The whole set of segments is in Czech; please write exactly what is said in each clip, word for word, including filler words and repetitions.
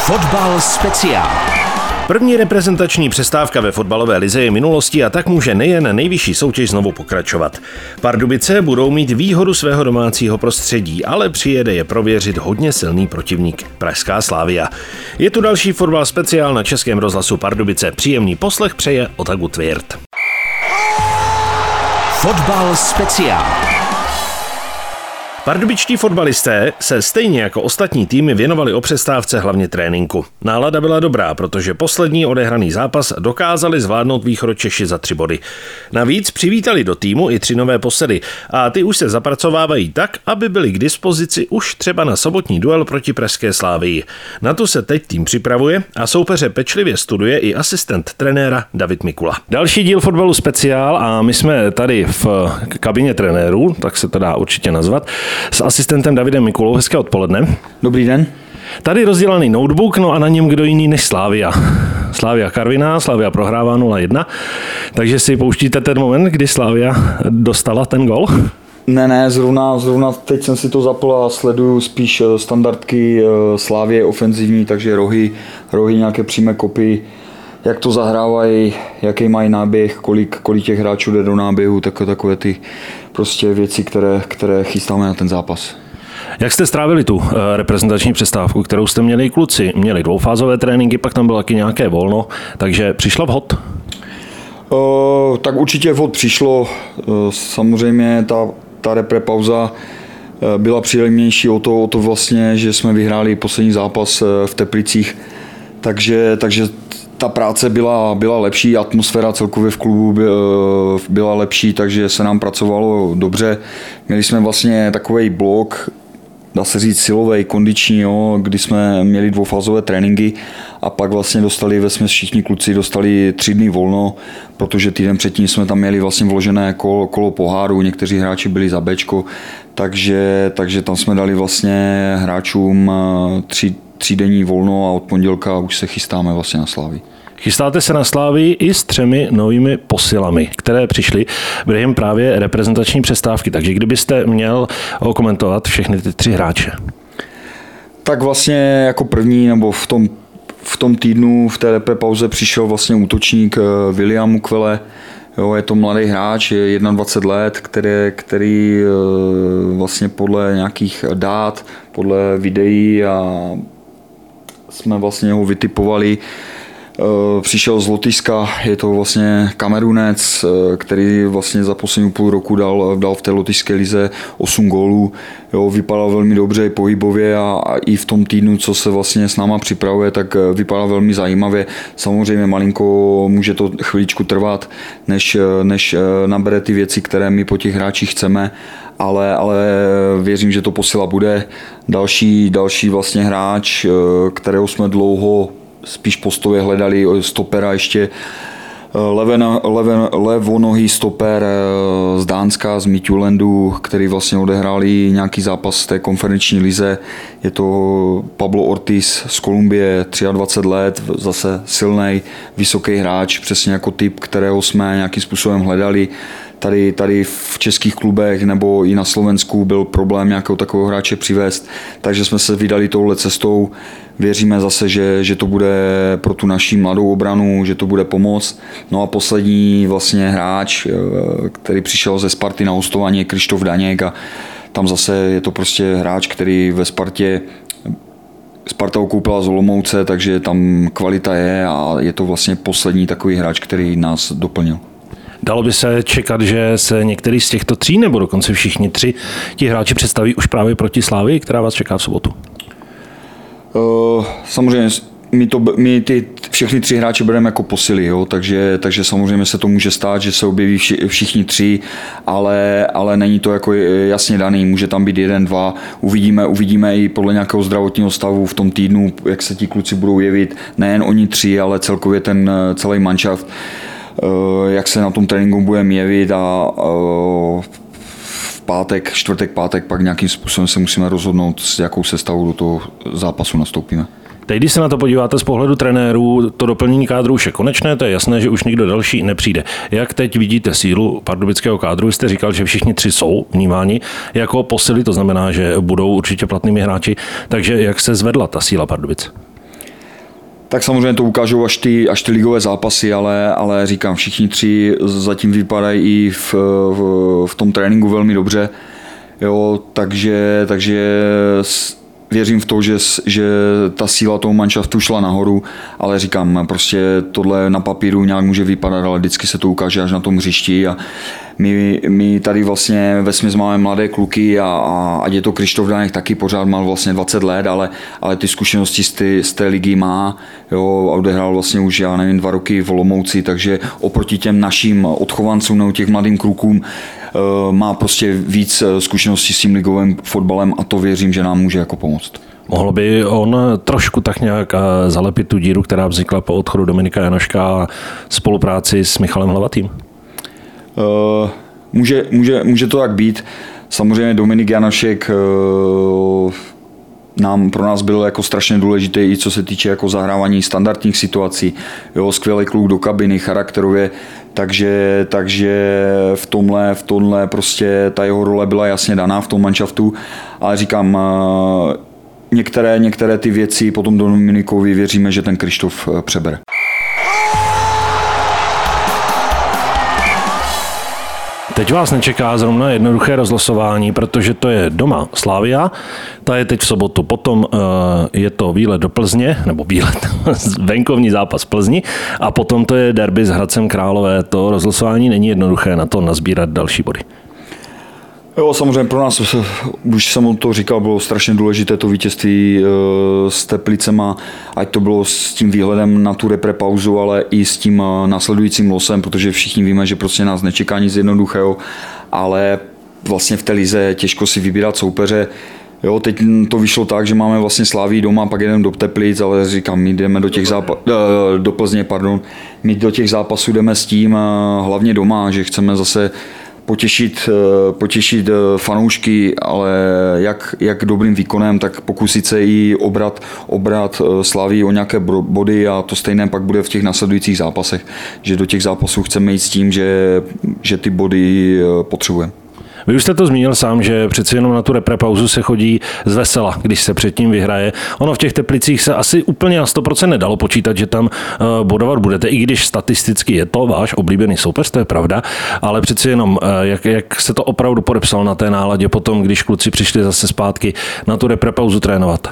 Fotbal speciál. První reprezentační přestávka ve fotbalové lize je minulostí a tak může nejen nejvyšší soutěž znovu pokračovat. Pardubice budou mít výhodu svého domácího prostředí, ale přijede je prověřit hodně silný protivník pražská Slavia. Je tu další fotbal speciál na Českém rozhlasu Pardubice. Příjemný poslech přeje Otagu Tvěrt. Fotbal speciál. Pardubičtí fotbalisté se stejně jako ostatní týmy věnovali o přestávce hlavně tréninku. Nálada byla dobrá, protože poslední odehraný zápas dokázali zvládnout Východočeši za tři body. Navíc přivítali do týmu i tři nové posily a ty už se zapracovávají tak, aby byly k dispozici už třeba na sobotní duel proti pražské Slavii. Na to se teď tým připravuje a soupeře pečlivě studuje i asistent trenéra David Mikula. Další díl fotbalu speciál a my jsme tady v kabině trenérů, tak se to dá určitě nazvat, s asistentem Davidem Mikulou. Hezké odpoledne. Dobrý den. Tady rozdělaný notebook, no a na něm kdo jiný než Slavia. Slavia Karviná, Slavia prohrává nula jedna, takže si pouštíte ten moment, kdy Slavia dostala ten gol? Ne, ne, zrovna, zrovna teď jsem si to zapl a sleduju spíš standardky Slavie ofenzivní, takže rohy, rohy nějaké přímé kopy, jak to zahrávají, jaký mají náběh, kolik, kolik těch hráčů jde do náběhu, tak, takové ty prostě věci, které, které chystáme na ten zápas. Jak jste strávili tu reprezentační přestávku, kterou jste měli kluci? Měli dvoufázové tréninky, pak tam bylo taky nějaké volno, takže přišlo vhod? Uh, tak určitě vhod přišlo. Uh, samozřejmě ta, ta repre pauza byla příjemnější o to, o to vlastně, že jsme vyhráli poslední zápas v Teplicích, takže, takže ta práce byla, byla lepší, atmosféra celkově v klubu byla lepší, takže se nám pracovalo dobře. Měli jsme vlastně takový blok, dá se říct silový, kondiční, jo, kdy jsme měli dvoufázové tréninky a pak vlastně dostali vesměs všichni kluci dostali tři dny volno, protože týden předtím jsme tam měli vlastně vložené kolo, kolo poháru, někteří hráči byli za Bčko, takže, takže tam jsme dali vlastně hráčům tři třídenní volno a od pondělka už se chystáme vlastně na Slavii. Chystáte se na Slavii i s třemi novými posilami, které přišly během právě reprezentační přestávky. Takže kdybyste měl okomentovat všechny ty tři hráče. Tak vlastně jako první nebo v tom, v tom týdnu v té repre pauze přišel vlastně útočník William Mukwele. Jo, je to mladý hráč, je dvacet jedna let, který, který vlastně podle nějakých dát, podle videí a jsme vlastně ho vytipovali. Přišel z Lotyšska, je to vlastně Kamerunec, který vlastně za poslední půl roku dal, dal v té lotyšské lize osm gólů. Jo, vypadal velmi dobře pohybově a, a i v tom týdnu, co se vlastně s náma připravuje, tak vypadal velmi zajímavě. Samozřejmě malinko může to chviličku trvat, než, než nabere ty věci, které my po těch hráčích chceme, ale, ale věřím, že to posila bude. Další, další vlastně hráč, kterého jsme dlouho spíš postově hledali, stopera ještě, Leven, leven, levonohý stoper z Dánska, z Midtjyllandu, který vlastně odehráli nějaký zápas v té konferenční lize. Je to Pablo Ortiz z Kolumbie, dvacet tři let, zase silný, vysoký hráč, přesně jako typ, kterého jsme nějakým způsobem hledali. Tady, tady v českých klubech nebo i na Slovensku byl problém nějakého takového hráče přivést, takže jsme se vydali touhle cestou. Věříme zase, že, že to bude pro tu naši mladou obranu, že to bude pomoc. No a poslední vlastně hráč, který přišel ze Sparty na hostování, je Krištof Daněk a tam zase je to prostě hráč, který ve Spartě Sparta ho koupila z Olomouce, takže tam kvalita je a je to vlastně poslední takový hráč, který nás doplnil. Dalo by se čekat, že se některý z těchto tří nebo dokonce všichni tři ti hráči představí už právě proti Slavii, která vás čeká v sobotu? Uh, samozřejmě my, to, my ty všechny tři hráče bereme jako posily, jo? Takže, takže samozřejmě se to může stát, že se objeví vši, všichni tři, ale, ale není to jako jasně daný, může tam být jeden, dva, uvidíme, uvidíme i podle nějakého zdravotního stavu v tom týdnu, jak se ti kluci budou jevit, nejen oni tři, ale celkově ten celý manšaft, jak se na tom tréninku budeme jevit a v pátek, čtvrtek, pátek pak nějakým způsobem se musíme rozhodnout, s jakou sestavou do toho zápasu nastoupíme. Teď, když se na to podíváte z pohledu trenérů, to doplnění kádru už je konečné, to je jasné, že už nikdo další nepřijde. Jak teď vidíte sílu pardubického kádru? Jste říkal, že všichni tři jsou vnímáni jako posily, to znamená, že budou určitě platnými hráči, takže jak se zvedla ta síla Pardubic? Tak samozřejmě to ukážou až ty, až ty ligové zápasy, ale, ale říkám, všichni tři zatím vypadají i v, v, v tom tréninku velmi dobře. Jo, takže, takže věřím v to, že, že ta síla toho manšaftu šla nahoru, ale říkám, prostě tohle na papíru nějak může vypadat, ale vždycky se to ukáže až na tom hřišti a my, my tady vlastně vesměs máme mladé kluky a, a ať je to Krištof Daněk taky pořád mal vlastně dvacet let, ale, ale ty zkušenosti z, ty, z té ligy má, jo, a odehrál vlastně už, já nevím, dva roky v Olomouci, takže oproti těm našim odchovancům nebo těch mladým klukům má prostě víc zkušeností s tím ligovým fotbalem a to věřím, že nám může jako pomoct. Mohlo by on trošku tak nějak zalepit tu díru, která vznikla po odchodu Dominika Janoška a spolupráci s Michalem Hlavatým? Uh, může, může, může to tak být. Samozřejmě Dominik Janošek uh, nám, pro nás byl jako strašně důležitý i co se týče jako zahrávání standardních situací. Jo, skvělý kluk do kabiny, charakterově, takže, takže v tomhle, v tomhle prostě ta jeho role byla jasně daná v tom manšaftu, ale říkám, uh, některé, některé ty věci potom Dominikovi věříme, že ten Krištof přebere. Teď vás nečeká zrovna jednoduché rozlosování, protože to je doma Slavia, ta je teď v sobotu, potom je to výlet do Plzně, nebo výlet, venkovní zápas v Plzni a potom to je derby s Hradcem Králové. To rozlosování není jednoduché na to nazbírat další body. Jo, samozřejmě pro nás, už jsem to říkal, bylo strašně důležité to vítězství s Teplicema, ať to bylo s tím výhledem na tu reprepauzu, ale i s tím následujícím losem, protože všichni víme, že prostě nás nečeká nic jednoduchého, ale vlastně v té lize těžko si vybírat soupeře. Jo, teď to vyšlo tak, že máme vlastně Slavii doma, pak jdeme do Teplic, ale říkám, my jdeme do těch zápa- do Plzně, pardon, my do těch zápasů jdeme s tím hlavně doma, že chceme zase potěšit, potěšit fanoušky, ale jak, jak dobrým výkonem, tak pokusit se i obrat, obrat Slavii o nějaké body a to stejné pak bude v těch následujících zápasech, že do těch zápasů chceme jít s tím, že, že ty body potřebujeme. Vy už jste to zmínil sám, že přeci jenom na tu reprepauzu se chodí z vesela, když se předtím vyhraje. Ono v těch Teplicích se asi úplně na sto procent nedalo počítat, že tam bodovat budete, i když statisticky je to váš oblíbený soupeř, to je pravda, ale přeci jenom, jak, jak se to opravdu podepsalo na té náladě potom, když kluci přišli zase zpátky na tu reprepauzu trénovat?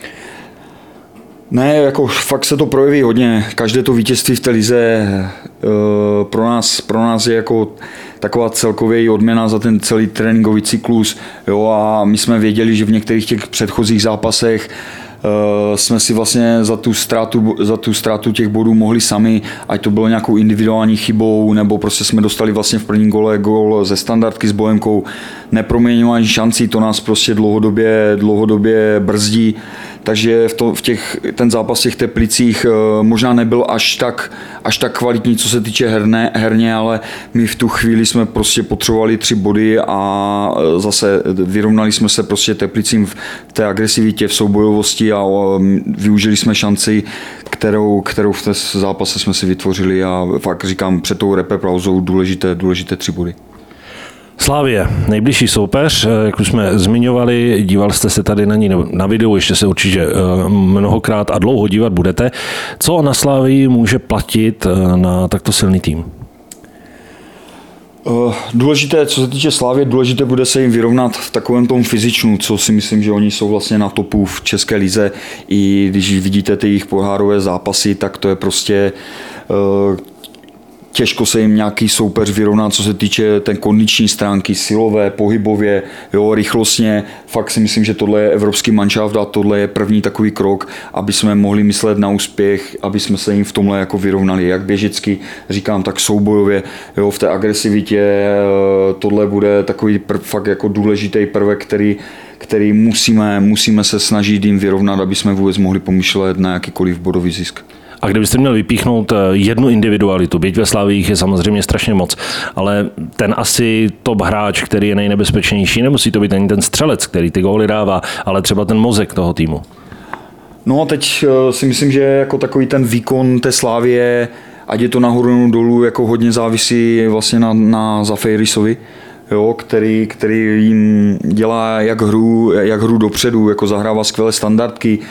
Ne, jako fakt se to projeví hodně. Každé to vítězství v té lize pro nás, pro nás je jako taková celkově odměna za ten celý tréninkový cyklus. Jo, a my jsme věděli, že v některých těch předchozích zápasech jsme si vlastně za tu ztrátu, za tu ztrátu těch bodů mohli sami, ať to bylo nějakou individuální chybou, nebo prostě jsme dostali vlastně v prvním gole gól ze standardky s Bohemkou, neproměňování šancí, to nás prostě dlouhodobě, dlouhodobě brzdí. Takže v, to, v těch, ten zápas v těch Teplicích možná nebyl až tak, až tak kvalitní, co se týče herné, herně, ale my v tu chvíli jsme prostě potřebovali tři body a zase vyrovnali jsme se prostě Teplicím v té agresivitě, v soubojovosti a využili jsme šanci, kterou, kterou v té zápase jsme si vytvořili a fakt říkám před tou repreppauzou důležité, důležité tři body. Slavie, nejbližší soupeř, jak už jsme zmiňovali, díval jste se tady na ní na videu, ještě se určitě mnohokrát a dlouho dívat budete. Co na Slavii může platit na takto silný tým? Důležité, co se týče Slavie, důležité bude se jim vyrovnat v takovém tom fyzičnu, co si myslím, že oni jsou vlastně na topu v české lize. I když vidíte ty jejich pohárové zápasy, tak to je prostě těžko se jim nějaký soupeř vyrovná, co se týče té kondiční stránky, silové, pohybově, jo, rychlostně. Fakt si myslím, že tohle je evropský manšaft a tohle je první takový krok, aby jsme mohli myslet na úspěch, aby jsme se jim v tomhle jako vyrovnali, jak běžecky, říkám, tak soubojově, jo, v té agresivitě. Tohle bude takový prv, fakt jako důležitý prvek, který který musíme, musíme se snažit jim vyrovnat, aby jsme vůbec mohli pomýšlet na jakýkoliv bodový zisk. A kdybyste měl vypíchnout jednu individualitu, byť ve Slavii je samozřejmě strašně moc, ale ten asi top hráč, který je nejnebezpečnější, nemusí to být ani ten střelec, který ty góly dává, ale třeba ten mozek toho týmu. No a teď si myslím, že jako takový ten výkon té Slavie, ať je to nahoru dolů, jako hodně závisí vlastně na, na Zafejrisovi, jo, který, který jim dělá jak hru, jak hru dopředu, jako zahrává skvělé standardky,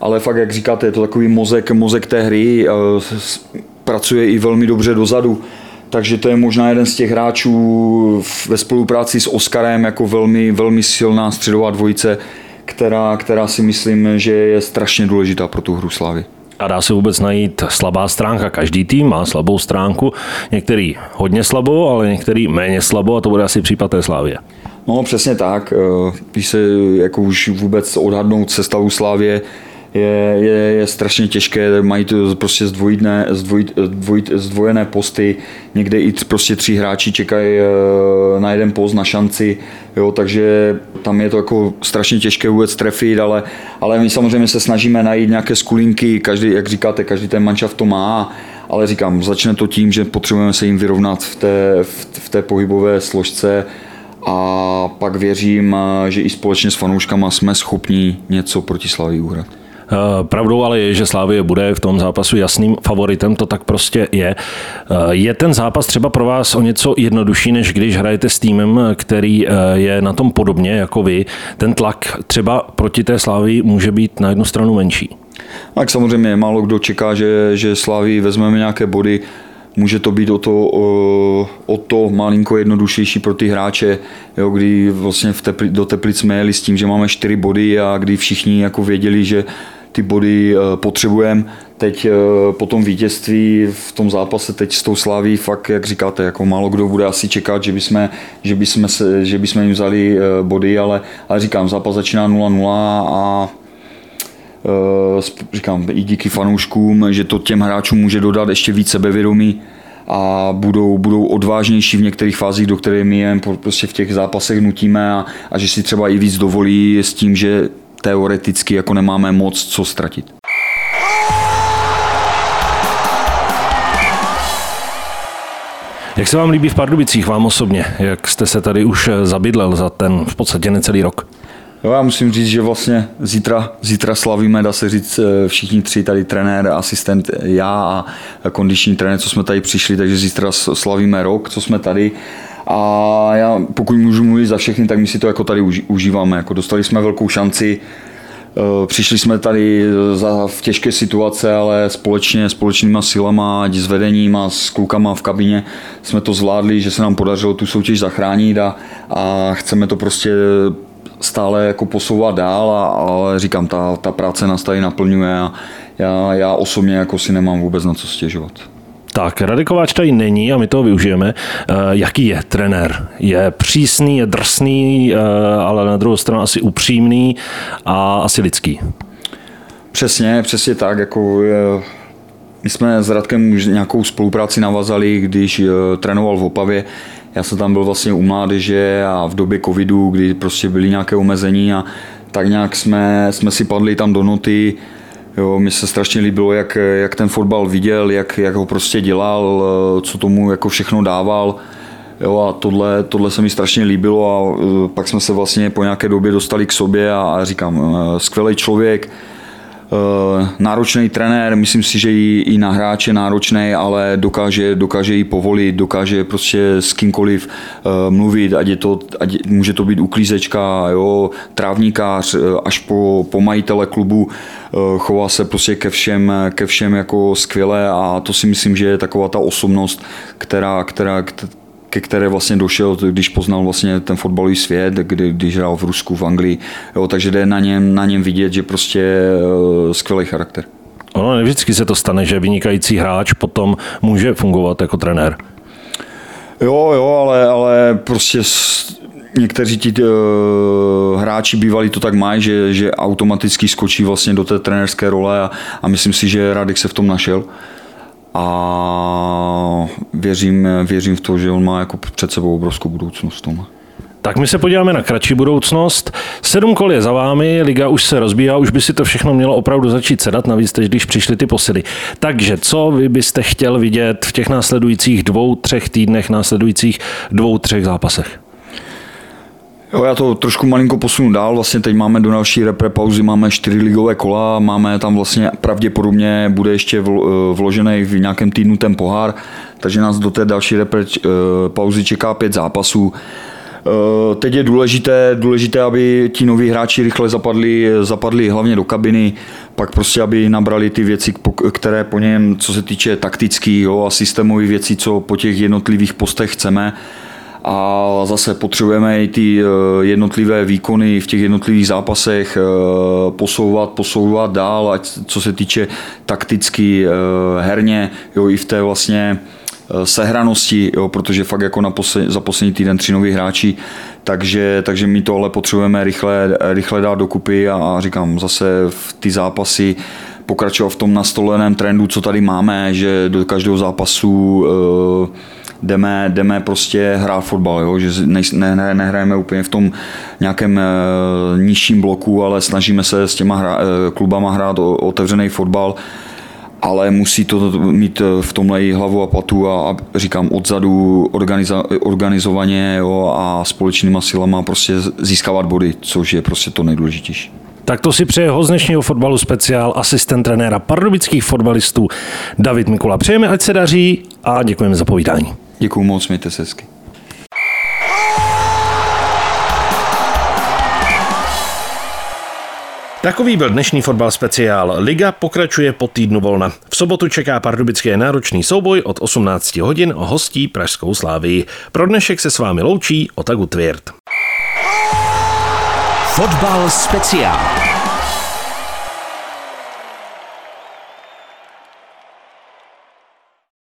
ale fakt, jak říkáte, je to takový mozek, mozek té hry, pracuje i velmi dobře dozadu. Takže to je možná jeden z těch hráčů ve spolupráci s Oskarem jako velmi, velmi silná středová dvojice, která, která si myslím, že je strašně důležitá pro tu hru Slávy. A dá se vůbec najít slabá stránka? Každý tým má slabou stránku, některý hodně slabou, ale některý méně slabou a to bude asi případ té Slávie. No přesně tak, když se jako už vůbec odhadnout sestavu Slávie, Je, je, je strašně těžké, mají to prostě zdvojitné, zdvojit, zdvojit, zdvojené posty, někde i prostě tři hráči čekají na jeden post, na šanci, jo, takže tam je to jako strašně těžké vůbec trefit, ale, ale my samozřejmě se snažíme najít nějaké skulinky, každý, jak říkáte, každý ten manšaft to má, ale říkám, začne to tím, že potřebujeme se jim vyrovnat v té, v, v té pohybové složce a pak věřím, že i společně s fanouškama jsme schopni něco proti Slavii uhrát. Pravdou ale je, že Slavie bude v tom zápasu jasným favoritem, to tak prostě je. Je ten zápas třeba pro vás o něco jednodušší, než když hrajete s týmem, který je na tom podobně jako vy? Ten tlak třeba proti té Slavii může být na jednu stranu menší. Tak samozřejmě málo kdo čeká, že, že Slavii vezmeme nějaké body. Může to být o to, o, o to malinko jednoduššější pro ty hráče, jo, kdy vlastně v tepli, do Teplic jsme jeli s tím, že máme čtyři body a kdy všichni jako věděli, že ty body potřebujeme. Teď po tom vítězství v tom zápase teď s tou Slaví fakt, jak říkáte, jako málo kdo bude asi čekat, že bychom, že bychom, se, že bychom jim vzali body, ale, ale říkám, zápas začíná nula nula a říkám i díky fanouškům, že to těm hráčům může dodat ještě víc sebevědomí a budou, budou odvážnější v některých fázích, do které my jen prostě v těch zápasech nutíme a, a že si třeba i víc dovolí s tím, že teoreticky jako nemáme moc co ztratit. Jak se vám líbí v Pardubicích, vám osobně? Jak jste se tady už zabydlel za ten v podstatě necelý rok? Jo, já musím říct, že vlastně zítra, zítra slavíme, dá se říct, všichni tři, tady trenér, asistent, já a kondiční trenér, co jsme tady přišli, takže zítra slavíme rok, co jsme tady. A já, pokud můžu mluvit za všechny, tak my si to jako tady užíváme. Jako dostali jsme velkou šanci, přišli jsme tady za, v těžké situace, ale společně, společnýma silama, s vedením a s klukama v kabině jsme to zvládli, že se nám podařilo tu soutěž zachránit a, a chceme to prostě stále jako posouvat dál, a, ale říkám, ta, ta práce nás tady naplňuje a já, já osobně jako si nemám vůbec na co stěžovat. Tak, Radek Kováč tady není a my toho využijeme. Jaký je trenér? Je přísný, je drsný, ale na druhou stranu asi upřímný a asi lidský. Přesně, přesně tak. Jako je, my jsme s Radkem už nějakou spolupráci navazali, když trénoval v Opavě. Já jsem tam byl vlastně u mládeže a v době covidu, kdy prostě byly nějaké omezení a tak nějak jsme, jsme si padli tam do noty. Jo, mně se strašně líbilo, jak, jak ten fotbal viděl, jak, jak ho prostě dělal, co tomu jako všechno dával. Jo, a tohle, tohle se mi strašně líbilo a pak jsme se vlastně po nějaké době dostali k sobě a, a říkám, skvělý člověk, náročný trenér, myslím si, že i, i na hráče náročný, ale dokáže, dokáže i povolit, dokáže prostě s kýmkoliv uh, mluvit, ať je to, ať, může to být uklízečka, jo, trávníkář, až po, po majitele klubu, uh, chová se prostě ke všem, ke všem jako skvěle a to si myslím, že je taková ta osobnost, která, která, ke které vlastně došel, když poznal vlastně ten fotbalový svět, kdy, když hrál v Rusku, v Anglii. Jo, takže jde na něm, na něm vidět, že prostě je skvělý charakter. Ono ne vždycky se to stane, že vynikající hráč potom může fungovat jako trenér. Jo, jo, ale, ale prostě někteří ti uh, hráči bývalí to tak mají, že, že automaticky skočí vlastně do té trenérské role a, a myslím si, že Radek se v tom našel. A věřím, věřím v to, že on má jako před sebou obrovskou budoucnost v tom. Tak my se podíváme na kratší budoucnost. Sedm kol je za vámi, liga už se rozbíhá, už by si to všechno mělo opravdu začít sedat, navíc teď, když přišly ty posily. Takže co vy byste chtěl vidět v těch následujících dvou, třech týdnech, následujících dvou, třech zápasech? Jo, já to trošku malinko posunu dál, vlastně teď máme do další repre pauzy, máme čtyři ligové kola, máme tam vlastně pravděpodobně bude ještě vložený v nějakém týdnu ten pohár, takže nás do té další repre pauzy čeká pět zápasů. Teď je důležité, důležité, aby ti noví hráči rychle zapadli, zapadli hlavně do kabiny, pak prostě, aby nabrali ty věci, které po něm, co se týče taktických a systémových věcí, co po těch jednotlivých postech chceme. A zase potřebujeme i ty jednotlivé výkony v těch jednotlivých zápasech posouvat, posouvat dál, ať co se týče takticky, herně, jo, i v té vlastně sehranosti, jo, protože fakt jako na posled, za poslední týden tři noví hráči, takže, takže my tohle potřebujeme rychle, rychle dát dokupy a, a říkám zase v ty zápasy pokračovat v tom nastoleném trendu, co tady máme, že do každého zápasu uh, jdeme, jdeme prostě hrát fotbal, jo? Že ne, ne, nehrajeme úplně v tom nějakém uh, nižším bloku, ale snažíme se s těma hra, uh, klubama hrát o, otevřený fotbal, ale musí to mít v tomhle i hlavu a patu a, a říkám odzadu organiza, organizovaně, jo, a společnýma silama prostě získávat body, což je prostě to nejdůležitější. Tak to si přeje host dnešního Fotbalu speciál, asistent trenéra pardubických fotbalistů David Mikula. Přejeme, ať se daří a děkujeme za povídání. Děkuju moc, mějte se hezky. Takový byl dnešní Fotbal speciál. Liga pokračuje po týdnu volna. V sobotu čeká pardubické náročný souboj od osmnáct hodin, hostí pražskou Slávii. Pro dnešek se s vámi loučí Otagu Tvěrt. Fotbal speciál.